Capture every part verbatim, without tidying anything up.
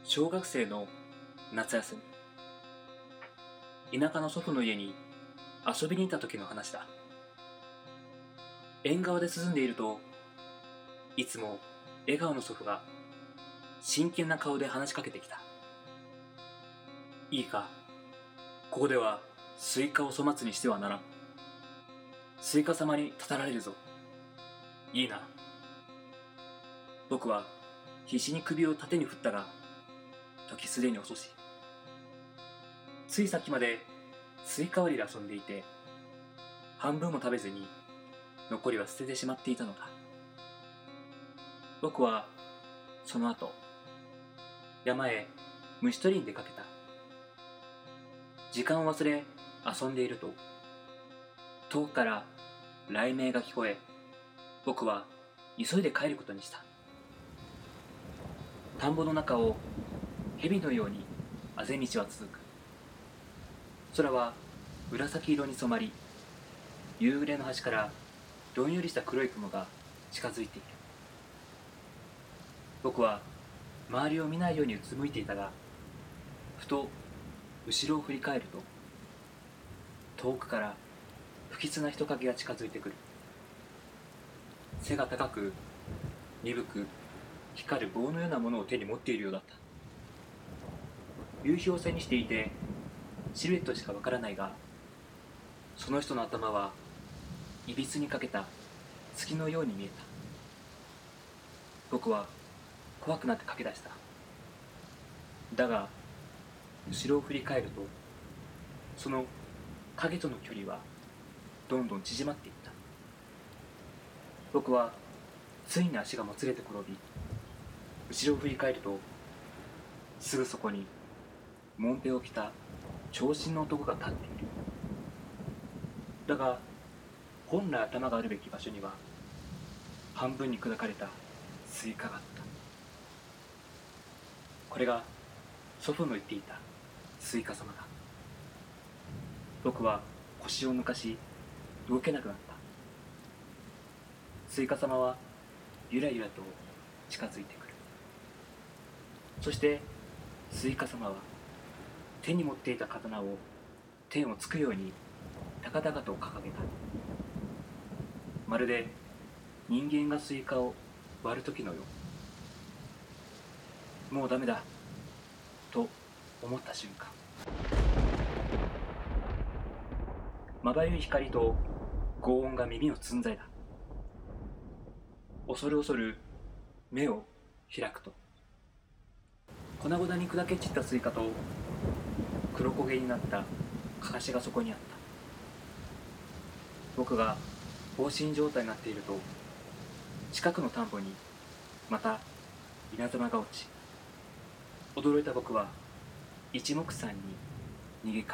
小学生の夏休み、田舎の祖父の家に遊びに行った時の話だ。縁側で涼んでいると、いつも笑顔の祖父が真剣な顔で話しかけてきた。いいか、ここではスイカを粗末にしてはならん。スイカ様にたたられるぞ。いいな。僕は必死に首を縦に振ったが、時すでに遅し。ついさっきまでスイカ割りで遊んでいて、半分も食べずに残りは捨ててしまっていたのだ。僕はその後、山へ虫取りに出かけた。時間を忘れ遊んでいると、遠くから雷鳴が聞こえ、僕は急いで帰ることにした。田んぼの中を蛇のようにあぜ道は続く。空は紫色に染まり、夕暮れの端からどんよりした黒い雲が近づいている。僕は周りを見ないようにうつむいていたが、ふと後ろを振り返ると、遠くから不吉な人影が近づいてくる。背が高く鈍く光る棒のようなものを手に持っているようだった。夕日を背にしていてシルエットしかわからないが、その人の頭はいびつにかけた月のように見えた。僕は怖くなって駆け出した。だが後ろを振り返ると、その影との距離はどんどん縮まっていった。僕はついに足がもつれて転び、後ろを振り返ると、すぐそこにもんぺを着た長身の男が立っている。だが本来頭があるべき場所には半分に砕かれたスイカがあった。これが祖父の言っていたスイカ様だ。僕は腰を抜かし動けなくなった。スイカ様はゆらゆらと近づいてくる。そしてスイカ様は手に持っていた刀を天をつくように高々と掲げた。まるで人間がスイカを割る時のよう。もうダメだと思った瞬間、まばゆい光と轟音が耳をつんざいだ。恐る恐る目を開くと、粉々に砕け散ったスイカと黒焦げになったかかしがそこにあった。僕が放心状態になっていると、近くの田んぼにまた稲妻が落ち、驚いた僕は一目散に逃げ帰った。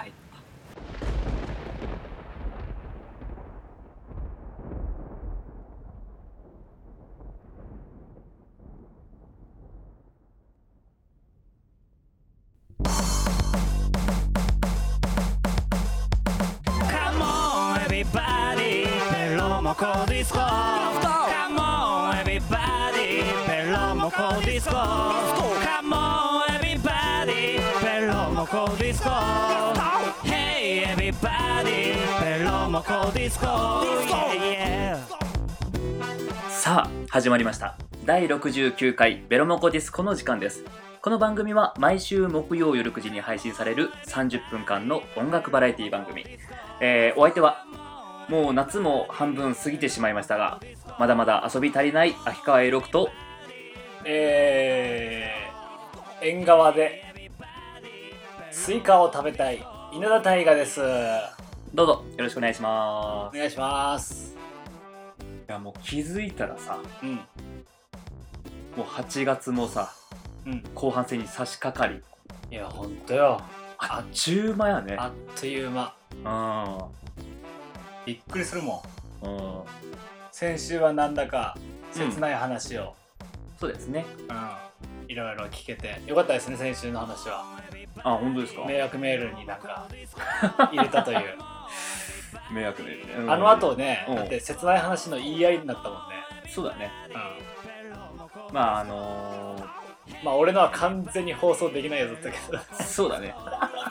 ペロモコディスコ Come on everybody ペロモコディスコ Come on everybody ペロモコディスコ Hey everybody ペロモコディスコ yeah, yeah. さあ始まりました。だいろくじゅうきゅうかいベロモコディスコの時間です。この番組は毎週木曜夜くじに配信されるさんじゅっぷんかんの音楽バラエティ番組、えー、お相手はもう夏も半分過ぎてしまいましたが、まだまだ遊び足りない秋川栄六と、 えー、縁側でスイカを食べたい稲田大我です。 どうぞよろしくお願いします。 お願いします。 いやもう気づいたらさ、 うん、 もうはちがつもさ、うん、後半戦に差し掛かり、 いやほんとよ、 あっちゅう間やね。 あっという間。 うん、 びっくりするもん。うん、先週はなんだか切ない話を、うん、 そうですね、 うん、いろいろ聞けてよかったですね。先週の話は。 あ、本当ですか。 迷惑メールになんか入れたという迷惑メールね、 うん、あの後ね、うん、だって切ない話の言い合いになったもんね。 そうだね、 うん、 まああのー、 まあ俺のは完全に放送できないやつだったけどそうだね。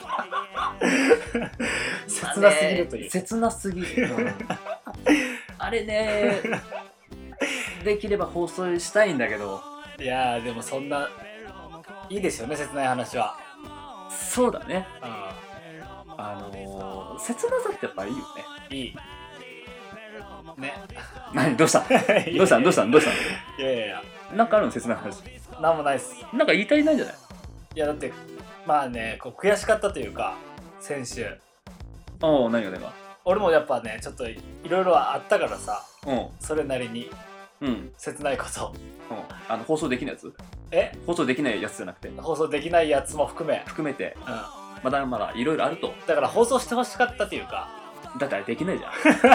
切なすぎるという、 切なすぎる、うん、あれねできれば放送したいんだけど、 いやーでもそんないいですよね、切ない話は。 そうだね、 うあのー、切なさってやっぱいいよね。 ん、いいね。 何どうしたどうしたどうしたどうしたいやいやいや、 なんかあるの切ない話。 なんもないっす。 なんか言い足りないんじゃない？ いやだってまあね、こう悔しかったというか、先週ああ、何が何が。 俺もやっぱねちょっといろいろあったからさ、 うんそれなりにうん切ないこと、 うん、あの放送できないやつえ放送できないやつじゃなくて放送できないやつも含め、 含めてうん、 まだまだいろいろあると。 だから放送してほしかったというかだってあれできないじゃん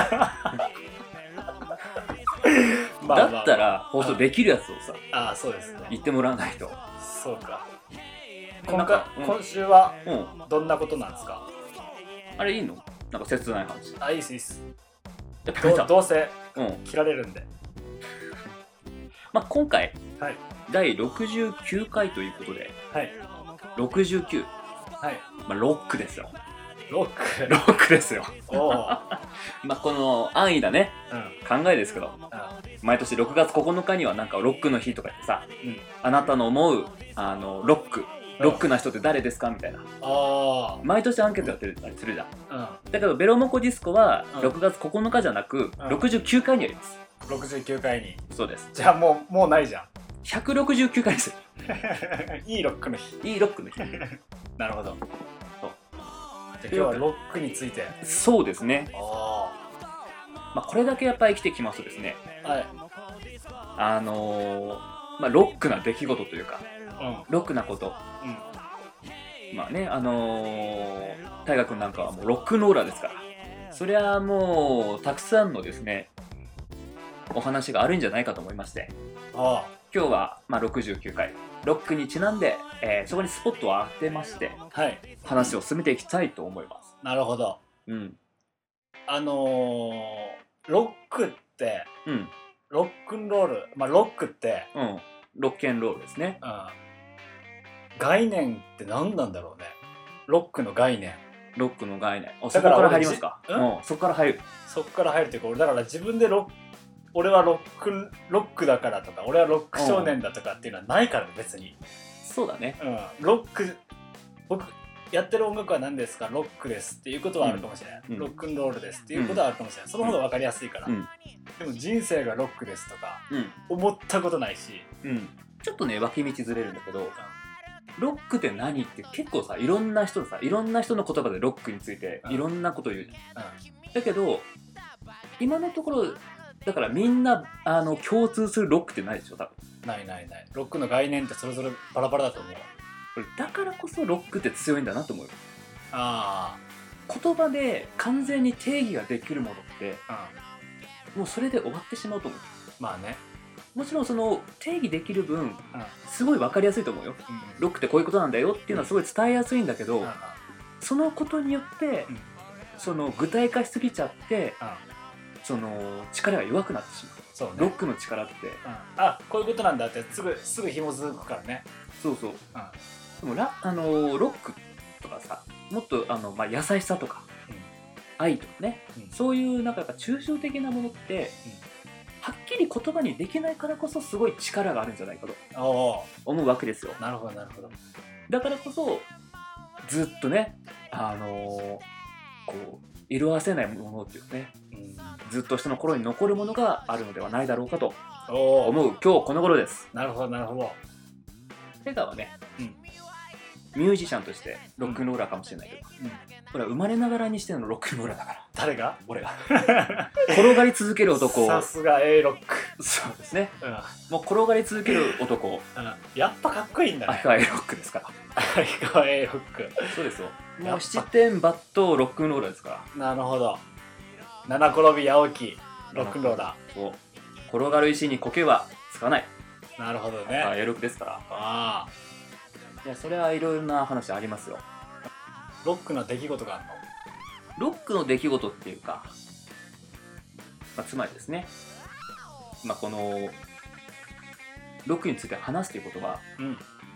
まあまあ、 だったら放送できるやつをさ、 ああそうですね、 言ってもらわないと。 そうか。今なんか回、 うん今週はうんどんなことなんですか？ あれいいの？なんか切ない話。 あ、いいっすいいっす。 やっぱりさどどうせうん切られるんで。 まあ、今回はいだいろくじゅうきゅうかいということではいろくじゅうきゅう、 はい。 まあ、ロックですよ。 ロック。 ロックですよおお。 まあこの安易なねうん考えですけど、毎年ろくがつここのかにはなんかロックの日とか言ってさ、あなたの思うあのロックロックな人って誰ですかみたいな、 あ毎年アンケートやってるたりするじゃん。 あ。 だけどベロモコディスコはうんろくがつここのかじゃなくうんろくじゅうきゅうかいにあります。 うん。ろくじゅうきゅうかいに。 そうです。 じゃあもうもうないじゃん。 ひゃくろくじゅうきゅうかいですよ。 いいロックの日。 いいロックの日。 なるほど。 そうじゃあ今日はロックについて。 そうですね。 あまあこれだけやっぱり生きてきますとですね、 あ。はい。 あのー、まあロックな出来事というかうんロックなこと、 うん。 まあね、あのー、大河君なんかはもうロックンローラーですから、そりゃもうたくさんのですねお話があるんじゃないかと思いまして、 あ今日はまあろくじゅうきゅうかいロックにちなんで、えーそこにスポットを当てましてあ。はい。 話を進めていきたいと思います。 なるほど。 うんあのー、ロックってうんロックンロール、まあロックって、 うんロッケンロールですね。 うん、概念って何なんだろうね。ロックの概念。 ロックの概念。あそだからこから入りますか。 俺うん、そこから入る。 そっから入るというか、俺だから自分でロック、俺はロックロックだからとか、俺はロック少年だとかっていうのはないからね、別に。 そうだね。 うん、ロック、僕やってる音楽は何ですか、ロックですっていうことはあるかもしれない、 うんロックンロールですっていうことはあるかもしれない、その方が分かりやすいから、 うんでも人生がロックですとかうん思ったことないし、 うん。ちょっとね脇道ずれるんだけど、ロックって何って結構さいろんな人のさいろんな人の言葉でロックについていろんなことを言うじゃん。 うんだけど今のところだからみんなあの共通するロックってないでしょ多分。 ないないない。ロックの概念ってそれぞれバラバラだと思う。 これだからこそロックって強いんだなと思うよ。 あ言葉で完全に定義ができるものってあ、 もうそれで終わってしまうと思う。 うん、まあね。 もちろんその定義できる分うんすごい分かりやすいと思うよ。 うんロックってこういうことなんだよっていうのはすごい伝えやすいんだけど、 うんそのことによって、 うんその具体化しすぎちゃってうんその力が弱くなってしまう。 そうね。 ロックの力ってうんあ、こういうことなんだってすぐすぐ紐づくからね。 そうそう。 うんでもラあのーロックとかさもっとあの、まあ、優しさとか、 うん愛とかね、 うんそういうなんかやっぱ抽象的なものって、はっきり言葉にできないからこそすごい力があるんじゃないかとおお、 思うわけですよ。 なるほどなるほど。 だからこそずっとねあのーこう色あせないものっていうねうんずっと人の心に残るものがあるのではないだろうかとおお、 思う今日この頃です。 なるほどなるほど。 ペガはね、 うんミュージシャンとしてロックンローラーかもしれないけど、 うんこれは生まれながらにしてのロックンローラーだから誰が？ 俺が転がり続ける男をさすが A ロック。 そうですねうんうんもう転がり続ける男やっぱかっこいいんだね。 アイカイロックですからアイカ A ロック。 そうですよやっぱもう七点抜刀ロックンローラーですからなるほど。七転び八起きロックンローラそう転がる石に苔はつかないー。なるほどアね。 イロックですからああ、 いやそれはいろいろな話ありますよ。 ロックの出来事があるの？ ロックの出来事っていうか、まあ、つまりですね、まあ、このロックについて話すということはうん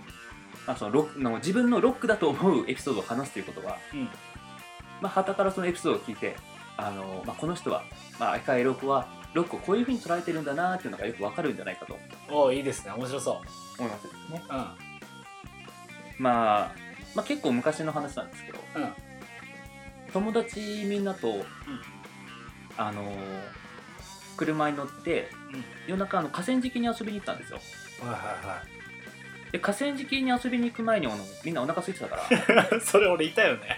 あそのロックの自分のロックだと思うエピソードを話すということは、 うんまあ旗からそのエピソードを聞いて、あの、まあ、この人は、まあ、相川ロックはロックをこういうふうに捉えてるんだなっていうのがよくわかるんじゃないかとおーいいですね、面白そう。 思いますね。 うんまあ、まあ結構昔の話なんですけど、 うん友達みんなと、あの車に乗ってうん夜中の河川敷に遊びに行ったんですよ。 はいはで河川敷に遊びに行く前にあのみんなお腹空いてたからいはいそれ俺いたよね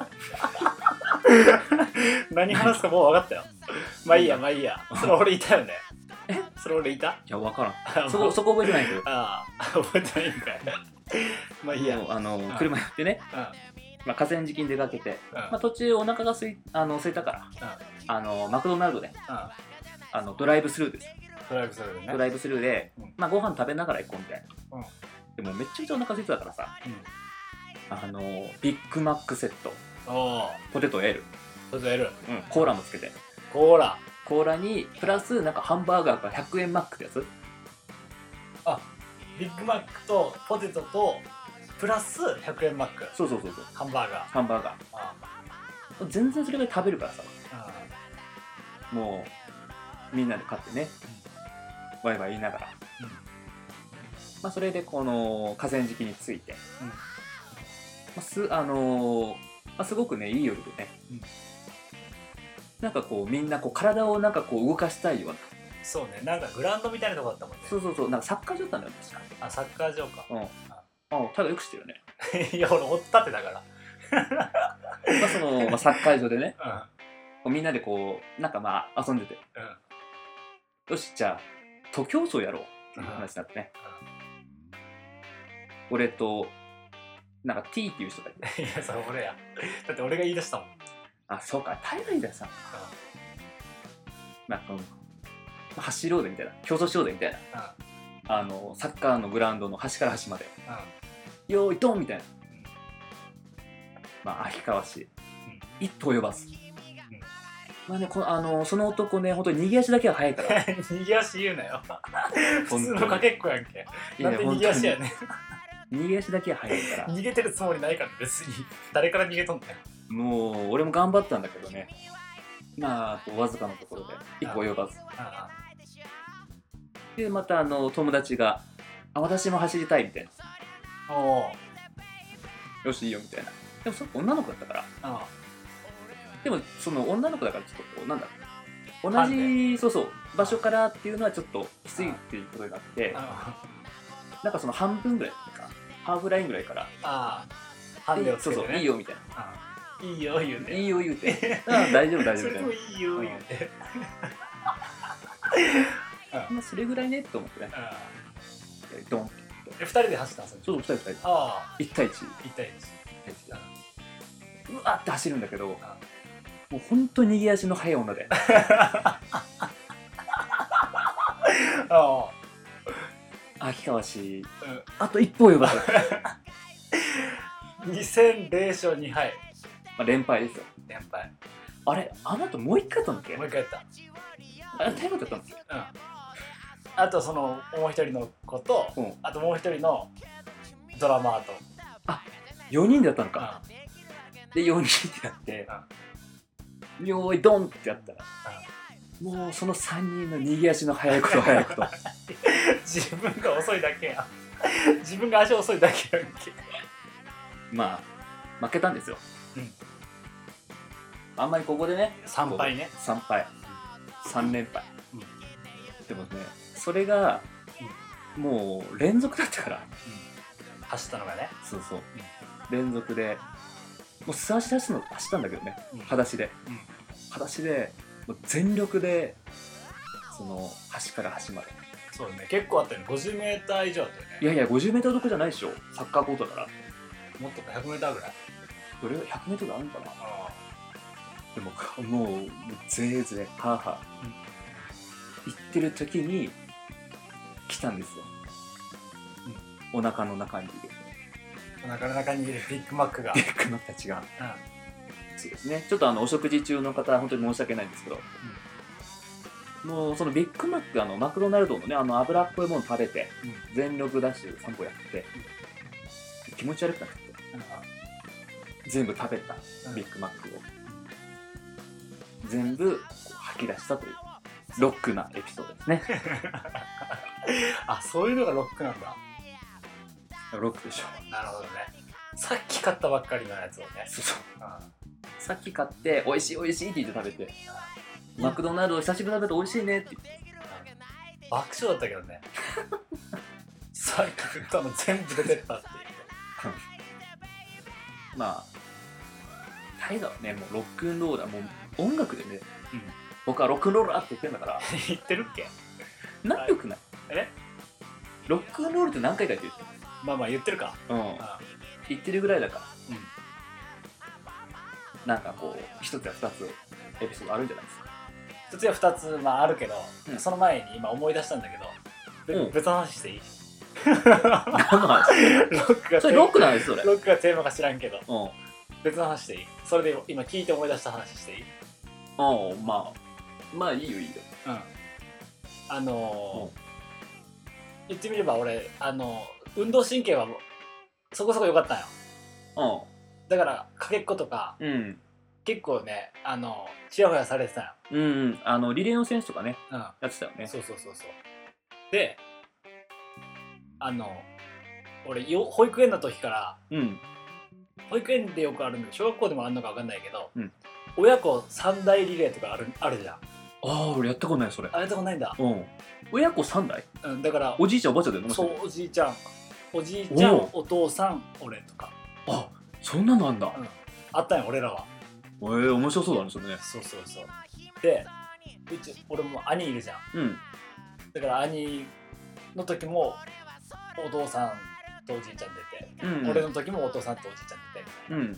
何話すかもう分かったよ。まあいいやまあいいや、それ俺いたよね。 えそれ俺いた。 いや分からんあそこそこ覚えてないけどああ覚えてないんかいまあいいや。 もうあのん車に乗ってね、 うんまあ、河川敷に出かけて、 うんまあ、途中お腹がすいあの空いたからあのマクドナルドでうんあのドライブスルーですドライブするでね。 ドライブスルーで、 うんまあ、ご飯食べながら行こうみたいな、 うんでもめっちゃめちゃお腹空いてたからさうんあのビッグマックセットおーポテト L、 それと L うん、コーラもつけてコーラ。 コーラにプラスなんかハンバーガーがひゃくえんマックってやつあビッグマックとポテトとプラスひゃくえんマックそうそうそうそうハンバーガー。 ハンバーガあー全然それぐらい食べるからさあもうみんなで買ってね、ワイワイ言いながら、 うんまあ、それでこの河川敷に着いて、 うんまあすあのーまあ、すごくねいい夜でね、 うんなんかこうみんなこう体をなんかこう動かしたいようなそうね、なんかグラウンドみたいなとこだったもんね。 そうそうそうなんかサッカー場だったんだよ確かあサッカー場か。 うんあただよく知ってるよねいや俺追ったってだから。 まあその、まあ、サッカー場でねうんこうみんなでこうなんかまあ遊んでてよしじゃあ徒競走やろうっていう話になってね、俺となんか T っていう人がいていやそれ俺や。だって俺が言い出したもん。 あそうか平井さんなんか、まあ、走ろうぜみたいな競争しようぜみたいなあのサッカーのグラウンドの端から端までうんよーいドンみたいなまあ秋川氏、一歩及ばず、まあね、このあのその男ね本当に逃げ足だけは速いから逃げ足言うなよ。普通のかけっこやんけ。 いやなんで逃げ足やねん。 逃げ足だけは速いから逃げてるつもりないから別に。誰から逃げとんねん。 もう俺も頑張ったんだけどねまああとわずかのところで一歩及ばずあでまたあの友達が「あ私も走りたい」みたいなあお 「よしいいよ」みたいなでもそ女の子だったからあでもその女の子だからちょっとこうなんだろう同ハじそうそう場所からっていうのはちょっときついっていうことになってあなんかその半分ぐらいかハーフラインぐらいからあハンデをつけてね。 そうそういいよみたいうんいいよ言うて。 ないいよ言うてあ大丈夫大丈夫みたいなそれもいいよ言うて。 まあそれぐらいねと思ってねうんドンってえ二人で走ったんですよ。 そうそうふたりふたりああいち対いち一対一。 うわって走るんだけどもう本当に逃げ足の速い女であ秋川氏あうんあと一歩及ばず、 に戦ゼロ勝に敗まあ、連敗ですよ連敗。 あれあの後もう一回やったんだっけもう一回やった。 あれタイムだったんだっけうんあとそのもう一人の子と、 うんあともう一人のドラマーと。 よにんでやったのか、でよにんでやって、よーいドンってやったら、もうそのさんにんの逃げ足の速いこと速いこと自分が遅いだけやん。自分が足遅いだけやんけ。 まあ負けたんですよ、 うんあんまりここでねさん敗ね。 さん敗さん連敗、 うんでもねそれが、もう連続だったから走ったのがね。 そうそう、連続でもう素足出すの走ったんだけどね、 うん裸足でうん裸足でもう全力でその端から端までそうね、結構あったよね。ごじゅうメーター以上あったよね。 いやいや ごじゅうメートル どころじゃないでしょサッカーコートだからもっとかひゃくメーターぐらい。 どれひゃくメートルあるんかなあでもかもうぜーぜーはーはー、 うん行ってる時に来たんですよ、お腹の中にいるお腹の中にいるビッグマックが。 ビッグマックたちがうそうですねちょっとあのお食事中の方本当に申し訳ないんですけど、もうそのビッグマックあのマクドナルドのねあの脂っこいもの食べてんうん全力ダッシュさんこやって気持ち悪くなって全部食べたビッグマックを全部こう吐き出したというロックなエピソードですね。 あ、そういうのがロックなんだ。 ロックでしょ。 なるほどね。さっき買ったばっかりのやつをね。 そうそう。 うん、 さっき買って美味しい美味しいって言って食べて、うん、マクドナルド久しぶりに食べて美味しいねって言って、 うん、爆笑だったけどね。さっき食ったの全部出てったって言って。 まあタイガーはね、もうロックンローラー、もう音楽でね、うん、僕はロックンローラーって言ってんだから。 言ってるっけ？ 何よくない？ え？ ロックンロールって何回か言ってる？ まあまあ言ってるか。 うん。言ってるぐらいだから。 うん。 なんかこう一つや二つエピソードあるんじゃないですか。 一つや二つまああるけど、うん、その前に今思い出したんだけど、うん、別の話していい？ 何の話？ ロックがそれロックなんですそれ。 ロックがテーマか知らんけど。 うん。 別の話していい？それで今聞いて思い出した話していい？ ああ、まあまあいいよいいよ。 うん。あのー、言ってみれば俺あの運動神経はそこそこ良かったんよ。 うん。 だからかけっことか、 うん、 結構ねあのチヤホヤされてたんよ。 うん、うん、あのリレーの選手とかね、 うん、 やってたよね。 そうそうそうそう。で、あの俺よ保育園の時から、 うん、 保育園でよくあるんだけど小学校でもあるのか分かんないけど、 うん、 親子三大リレーとかあるあるじゃん。 ああ、俺やったことないそれ。 あ、やったことないんだ。 うん。親子三代？ うん、だからおじいちゃんおばあちゃんで飲ませてる。 そう、おじいちゃんおじいちゃん お, お父さん俺とか。 あ、そんなのあんだ。 うん、あったんよ俺らは。 えー、面白そうだねそれね。 そうそうそう。で、うち俺も兄いるじゃん。 うん。 だから兄の時もお父さんとおじいちゃん出て、うんうん、俺の時もお父さんとおじいちゃん出て、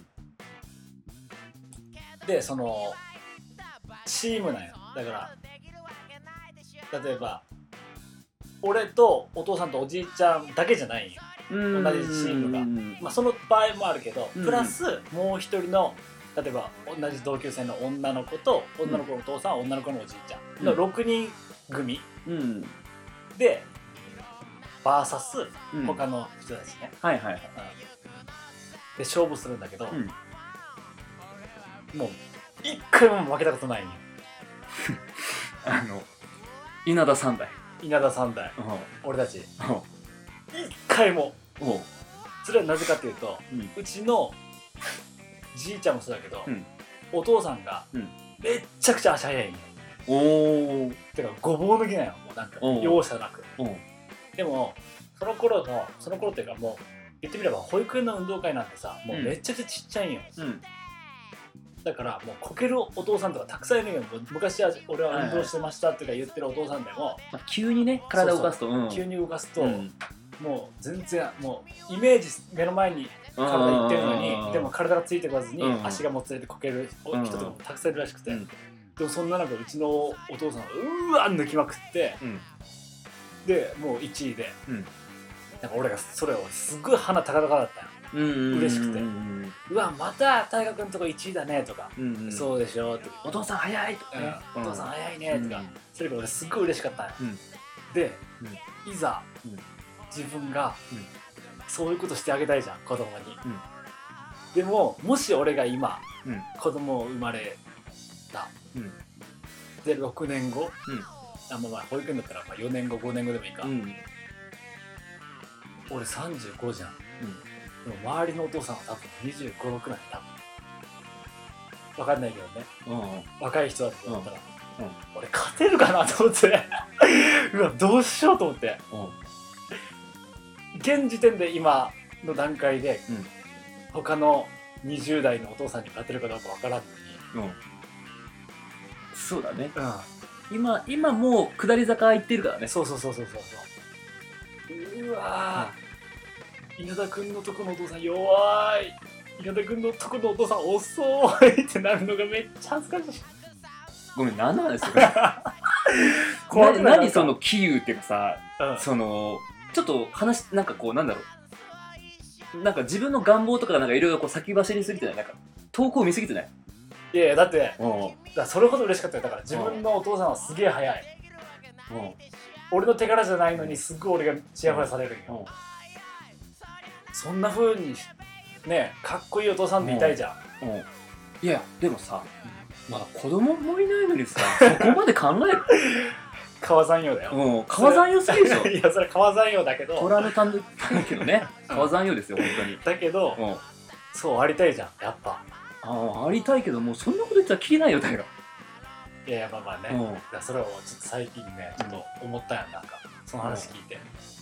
うん、でそのチームなんよ。だから例えば俺とお父さんとおじいちゃんだけじゃないんよ、同じチームが。まあその場合もあるけど、プラスもう一人の例えば同じ同級生の女の子と女の子のお父さん、うん、女の子のおじいちゃんのろくにん組、うん、でバーサス他の人たちね、 うん、はいはいはい、 うん、で勝負するんだけど、うん、もう一回も負けたことないんよ。 あの稲田三代稲田三代、うん、俺たち、うん、一回も。それはなぜかっていうと、うん、うちのじいちゃんもそうだけど、うん、お父さんがめっちゃくちゃ足速いんよ。おー。てかごぼう抜きなんよ、もうなんか容赦なく。でもその頃のその頃っていうかもう言ってみれば保育園の運動会なんてさ、もうめっちゃくちゃちっちゃいんよ、うん、だからもうこけるお父さんとかたくさんいるんよ。昔は俺は運動してましたとか言ってるお父さんでも、 まあ、急にね体を動かすと、そうそう、 うん、急に動かすと、うん、もう全然もうイメージ目の前に体いってるのに、でも体がついてこずに足がもつれてこける人とかもたくさんいるらしくて、うん、でもそんな中うちのお父さんはうわ抜きまくって、うん、でもういちいで、うん、なんか俺がそれをすごい鼻高々だったよ。嬉しくて、うわまた大学のとこいちいだねとか、うんうん、そうでしょって、お父さん早いとかね、うん、お父さん早いねとか、うん、それが俺すっごい嬉しかったんよ、うん、で、うん、いざ、うん、自分が、うん、そういうことしてあげたいじゃん子供に、うん、でももし俺が今、うん、子供を生まれた、うん、でろくねんご、うん、あまあまあ保育園だったらまあよねんごごねんごでもいいか、うん、俺さんじゅうごじゃん、うん、でも周りのお父さんは多分にじゅうご、ろくなんだ。分かんないけどね、うん、若い人だと思ったら、うんうん、俺勝てるかなと思ってうわどうしようと思って、うん、現時点で今の段階で、うん、他のにじゅう代のお父さんに勝てるかどうか分からんのに、うん、 そうだね、うん、今, 今もう下り坂行ってるからね。 そうそうそうそうそううわー、稲田くんのとこのお父さん弱い、稲田くんのとこのお父さん遅いってなるのがめっちゃ恥ずかしい。 ごめん、何なんですかな何その杞憂っていうかさ、うん、そのちょっと話なんかこうなんだろう、なんか自分の願望とかなんかいろいろこう先走りすぎてない、なんか遠くを見すぎてない。 いやいやだって、うん、だからそれほど嬉しかったよ。だから自分のお父さんはすげえ早い、うん、俺の手柄じゃないのにすっごい俺がチヤホヤされるんよ、 そんな風にねかっこいいお父さんっていたいじゃん、 うんうん、いやでもさ、まだ子供もいないのにさそこまで考える川山用だよ、 うん、川山用すぎでしょいやそれ川山用だけど虎の単独だけどね川山用ですよ本当にだけど、うん、そうありたいじゃんやっぱああありたいけどもうそんなこと言ったらきりないよ平。 いやいやまあまあね、うん、だそれをちょっと最近ねちょっと思ったやんなんかその話聞いて、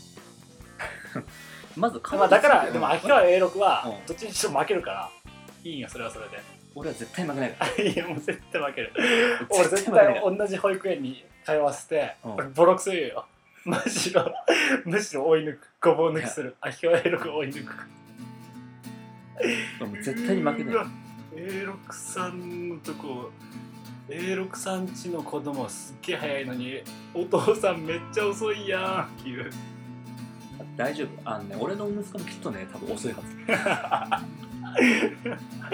うん、まずまあだからでも秋川 エーろく はどっちにしろ負けるからいいんよそれはそれで。 俺は絶対負けないからいやもう絶対負ける俺絶対同じ保育園に通わせて、うん、俺ボロクソ言うよむしろむしろ追い抜くごぼう抜きする秋川 エーろく 追い抜く絶対に負けない。 エーろく さんのとこ エーろく さんちの子供すっげえ早いのにお父さんめっちゃ遅いやんっていう。 大丈夫あのね俺の息子もきっとね多分遅いはず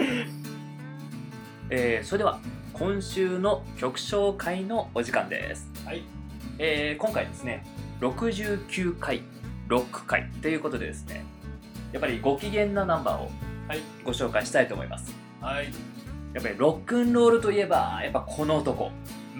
えー、それでは今週の曲紹介のお時間です、はいえー、今回ですねろくじゅうきゅうかいロック会ということでですねやっぱりご機嫌なナンバーをご紹介したいと思います、はい、やっぱりロックンロールといえばやっぱこの男、うん、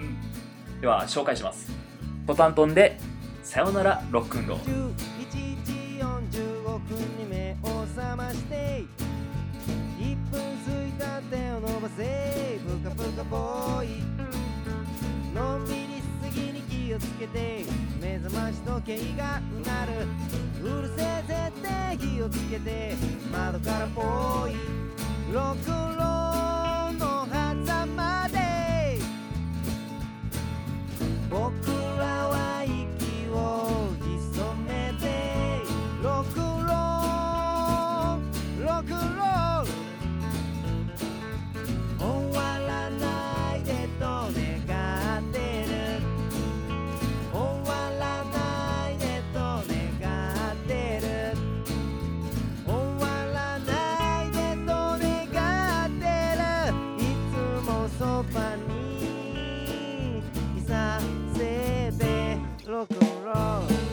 では紹介します。トタントンでさよならロックンロール。じゅういちじよんじゅうごふんに目を覚ましていっぷん過ぎた手を伸ばせぷかぷかボーイのんびりしすぎに気をつけて目覚まし時計がうなるうるせえ絶対火をつけて窓からボーイロックンロールの狭間で僕らは息を潜めてロックンロールロックンロール終わらないでと願ってる終わらないでと願ってる終わらないでと願ってるいつもそばにいさせてロックンロール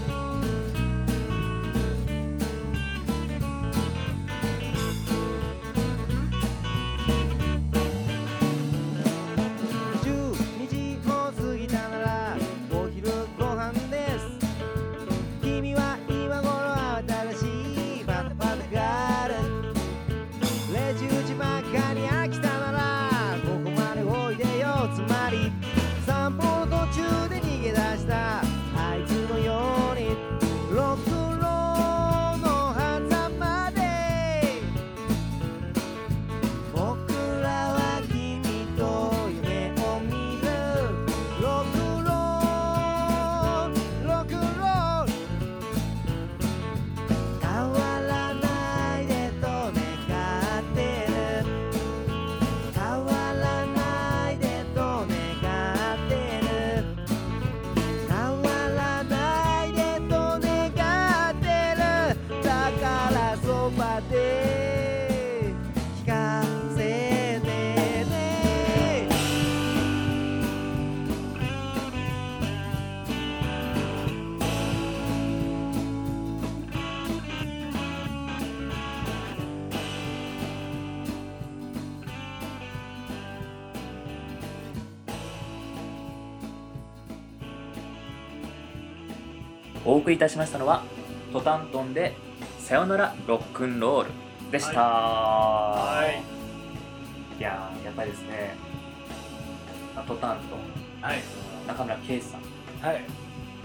お送りいたしましたのはトタントンでさよならロックンロールでした。はい、はい、いやーやっぱりですねトタントン、はい、中村圭さん、はい、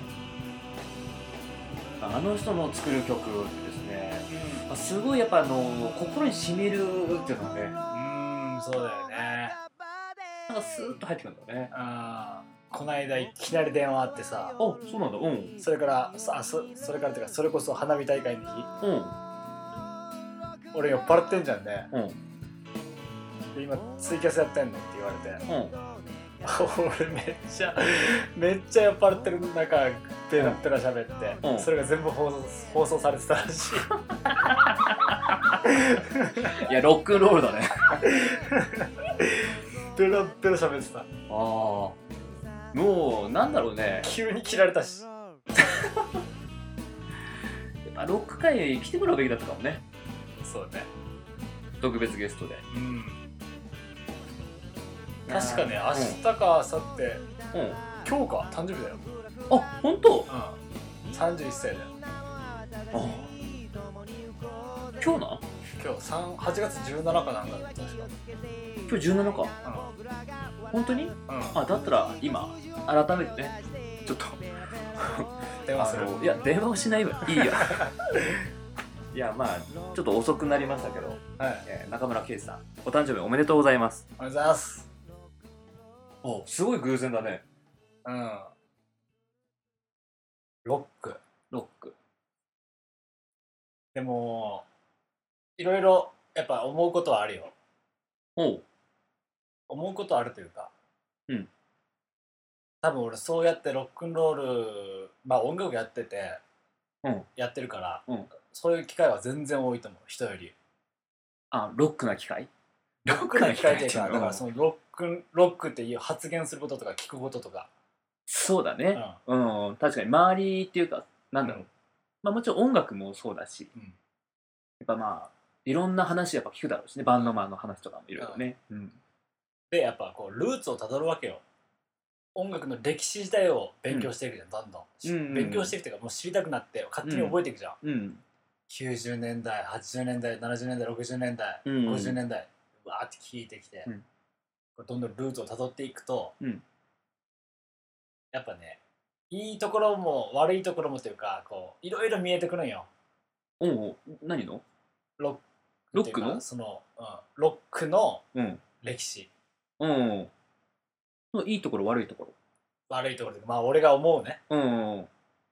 あの人の作る曲ですね、うん、すごいやっぱあの心に染みるっていうのはね、 うーんそうだよねなんかスーッと入ってくるんだよね。 あこの間いきなり電話あってさ。 あ、そうなんだ。うん。 それからさ、そそれからっていうかそれこそ花火大会の日。うん。俺酔っ払ってんじゃんね。うん。で今ツイキャスやってんのって言われて。うん。俺めっちゃめっちゃ酔っ払ってる中ペラペラ喋って、うん、それが全部放送放送されてたらしい。いやロックンロールだね。 ペラペラ喋ってた。ああ。もうなんだろうね急に切られたしやっぱロック界来てもらうべきだったかもね。 そうね。 特別ゲストで。 うん。確かね、明日か明後日、うん、今日か誕生日だよ。 あ、本当？ うん。さんじゅういっさいだよ。 あ、今日な？ 今日はちがつじゅうしちにちかなんか確か。 今日じゅうしちか？うん。本当に？うん。あ、だったら今改めてね、ちょっと電話する。 いや電話をしないわ。いいよ。いやまあちょっと遅くなりましたけど、はい、えー、中村圭さんお誕生日おめでとうございます。 おめでとうございます。 お、すごい偶然だね。 うん。ロック。 ロック。 でもいろいろやっぱ思うことはあるよ。 おう。 思うことはあるというか。 うん。 多分俺そうやってロックンロール、まあ音楽やってて、うん、やってるから、うん、そういう機会は全然多いと思う、人より。 あ、ロックな機会？ ロックな機会っていうか、だからそのロックロックっていう発言することとか聞くこととか。 そうだね。うん、うん、確かに周りっていうかなんだろう。うん、まあもちろん音楽もそうだし、うん、やっぱまあいろんな話やっぱ聞くだろうしね、バンドマンの話とかもいろいろね。うんうん、 でやっぱこうルーツをたどるわけよ。音楽の歴史自体を勉強していくじゃん、どんどん、うんうんうん、勉強していくというかもう知りたくなって勝手に覚えていくじゃん、うんうん、きゅうじゅうねんだいはちじゅうねんだいななじゅうねんだいろくじゅうねんだい、うんうん、ごじゅうねんだいわーって聞いてきて、うん、どんどんルーツをたどっていくと、うん、やっぱねいいところも悪いところもというかこういろいろ見えてくるんよ。 おう、何の？ ロックロックのその、うん、ロックの歴史、 うんうんいいところ悪いところ悪いところでまあ俺が思うね、うんうん、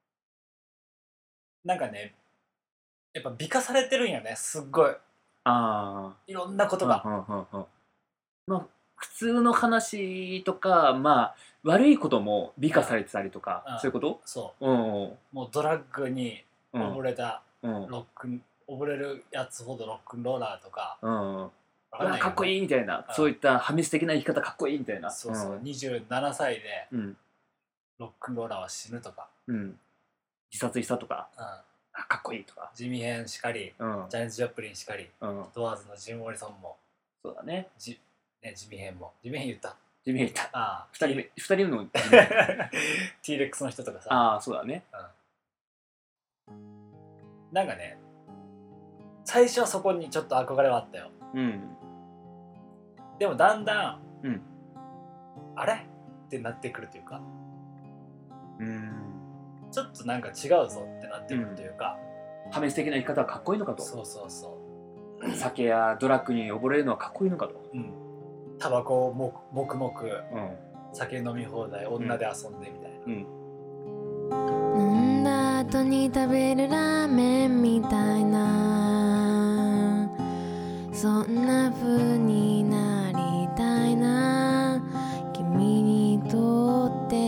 なんかねやっぱ美化されてるんよねすっごい。あいろんなことが、うんうんうんうん、 まあ普通の話とかまあ悪いことも美化されてたりとか、うん、そういうこと？ そう、うんうん、もうドラッグに溺れたロック、うん、溺れるやつほどロックンローラーとか、うんうんか, かっこいいみたいな、うん、そういった破滅的な生き方かっこいいみたいな。 そうそう、うん、にじゅうななさいで、うん、ロックンローラーは死ぬとか、うん、 自殺したとか、うん、かっこいいとかジミヘンしかり、うん、ジャニーズ・ジャップリンしかり、うん、ドワーズのジム・モリソンもそうだねジ、ね、ジミヘンもジミヘン言ったジミヘン言ったあふたりめふたりめの T レックスの人とかさああそうだね、 うん、なんかね最初はそこにちょっと憧れはあったよ、うんでもだんだん、うん、あれってなってくるというかうんちょっとなんか違うぞってなってくるというか、 うん、破滅的な生き方はかっこいいのかと。 そうそうそう酒やドラッグに溺れるのはかっこいいのかと、 うん、タバコをもくもく、うん、酒飲み放題女で遊んでみたいな、うんうん、飲んだ後に食べるラーメンみたいなそんな風になりたいな君にとって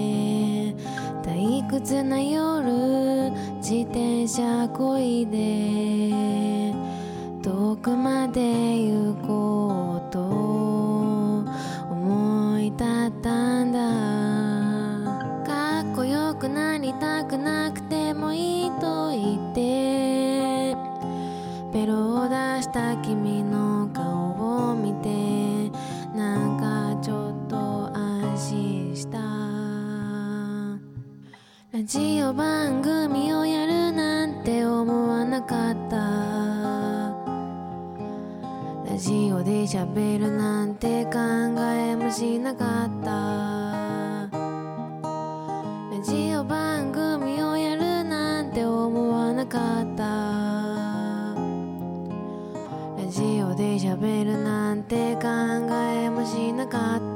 退屈な夜自転車こいで遠くまで行こうと思い立ったんだかっこよくなりたくなくてもいいと言ってベロを出した君の顔を見てなんかちょっと安心したラジオ番組をやるなんて思わなかったラジオで喋るなんて考えもしなかったラジオ番組をやるなんて思わなかったラジオで喋るなんて考えもしなかった